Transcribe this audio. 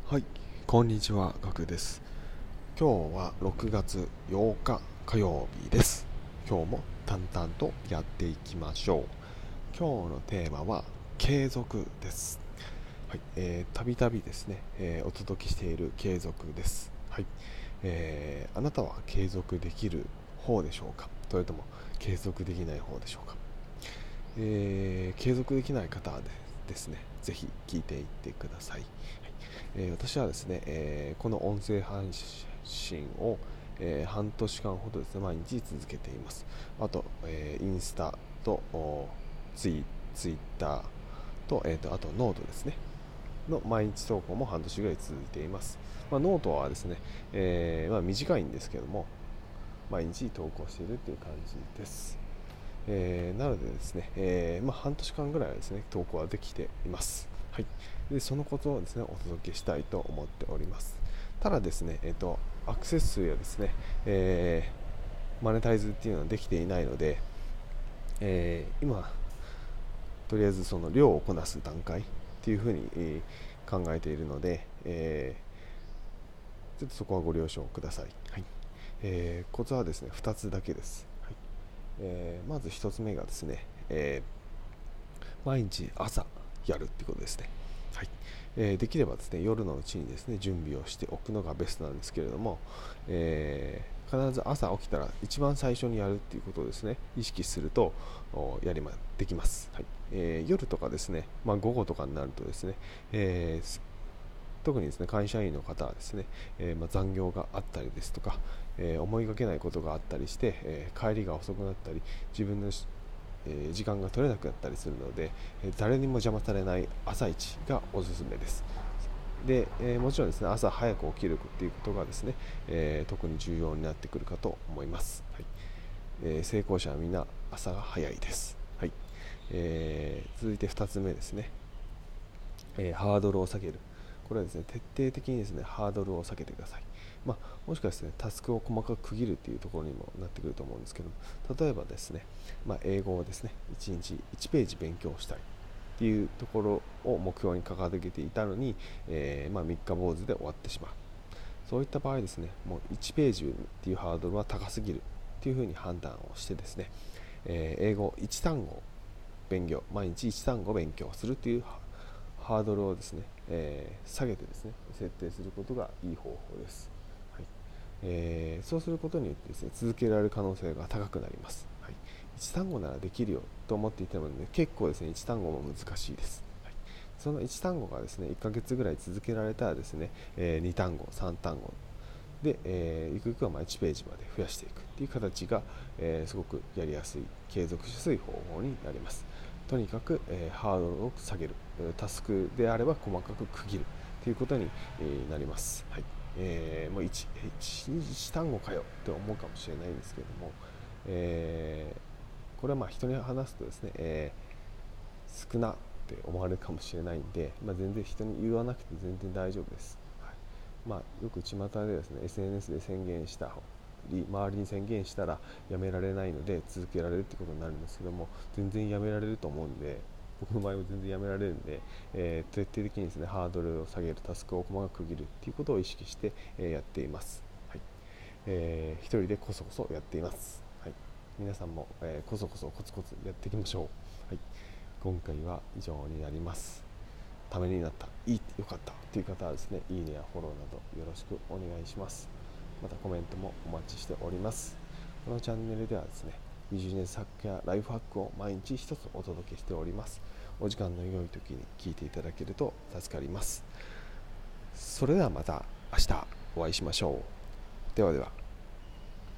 はい、こんにちは、ガクです。今日は6月8日火曜日です。今日も淡々とやっていきましょう。今日のテーマは継続です。はい、たびたびですね、お届けしている継続です。はい、あなたは継続できる方でしょうか、それとも継続できない方でしょうか。継続できない方はですね、ぜひ聞いていってください。はい、私はですね、この音声配信を、半年間ほどですね、毎日続けています。あと、インスタとツイッターと、あとノートですねの毎日投稿も半年ぐらい続いています。ノートはですね、短いんですけども毎日投稿しているという感じです。なのでですね、半年間ぐらいはですね投稿はできています。はい、でそのことをですねお届けしたいと思っております。ただですね、アクセス数やですね、マネタイズっていうのはできていないので、今とりあえずその量をこなす段階っていうふうに、考えているので、ちょっとそこはご了承ください。はい、コツはですね2つだけです。はい、まず1つ目がですね、毎日朝やるっていうことですね。はい、できればですね夜のうちにですね準備をしておくのがベストなんですけれども、必ず朝起きたら一番最初にやるっていうことをですね意識するとできます。はい、夜とかですね、午後とかになるとですね、特にですね会社員の方はですね、残業があったりですとか、思いがけないことがあったりして、帰りが遅くなったり自分の時間が取れなくなったりするので、誰にも邪魔されない朝一がおすすめです。で、もちろんですね朝早く起きるということがですね、特に重要になってくるかと思います。はい、成功者はみんな朝が早いです。はい、続いて2つ目ですね、ハードルを下げる。これはですね徹底的にですねハードルを下げてください。もしかして、ね、タスクを細かく区切るっていうところにもなってくると思うんですけど、例えばですね、英語をですね1日1ページ勉強したいっていうところを目標に掲げていたのに、3日坊主で終わってしまう。そういった場合ですね、もう1ページっていうハードルは高すぎるっていうふうに判断をしてですね、英語1単語毎日1単語勉強するっていうハードルをですね、下げてですね設定することがいい方法です。はい、そうすることによってですね続けられる可能性が高くなります。はい、1単語ならできるよと思っていたので、結構ですね1単語も難しいです。はい、その1単語がですね1ヶ月ぐらい続けられたらですね、2単語3単語で、ゆくゆくは1ページまで増やしていくっていう形が、すごくやりやすい継続しやすい方法になります。とにかく、ハードルを下げる、タスクであれば細かく区切るということに、なります。はい、もう 1単語かよって思うかもしれないんですけれども、これは人に話すとですね、少なって思われるかもしれないんで、全然人に言わなくて全然大丈夫です。はい、よく巷でですね SNS で宣言したり周りに宣言したらやめられないので続けられるってことになるんですけども、全然やめられると思うんで、僕の場合も全然やめられるんで、徹底的にですねハードルを下げる、タスクを細かく区切るっていうことを意識して、やっています。はい、一人でこそこそやっています。はい、皆さんも、こそこそコツコツやっていきましょう。はい、今回は以上になります。ためになった、良かったという方はですね、いいねやフォローなどよろしくお願いします。またコメントもお待ちしております。このチャンネルではですね、ビジネスハックやライフハックを毎日一つお届けしております。お時間の良い時に聞いていただけると助かります。それではまた明日お会いしましょう。ではでは。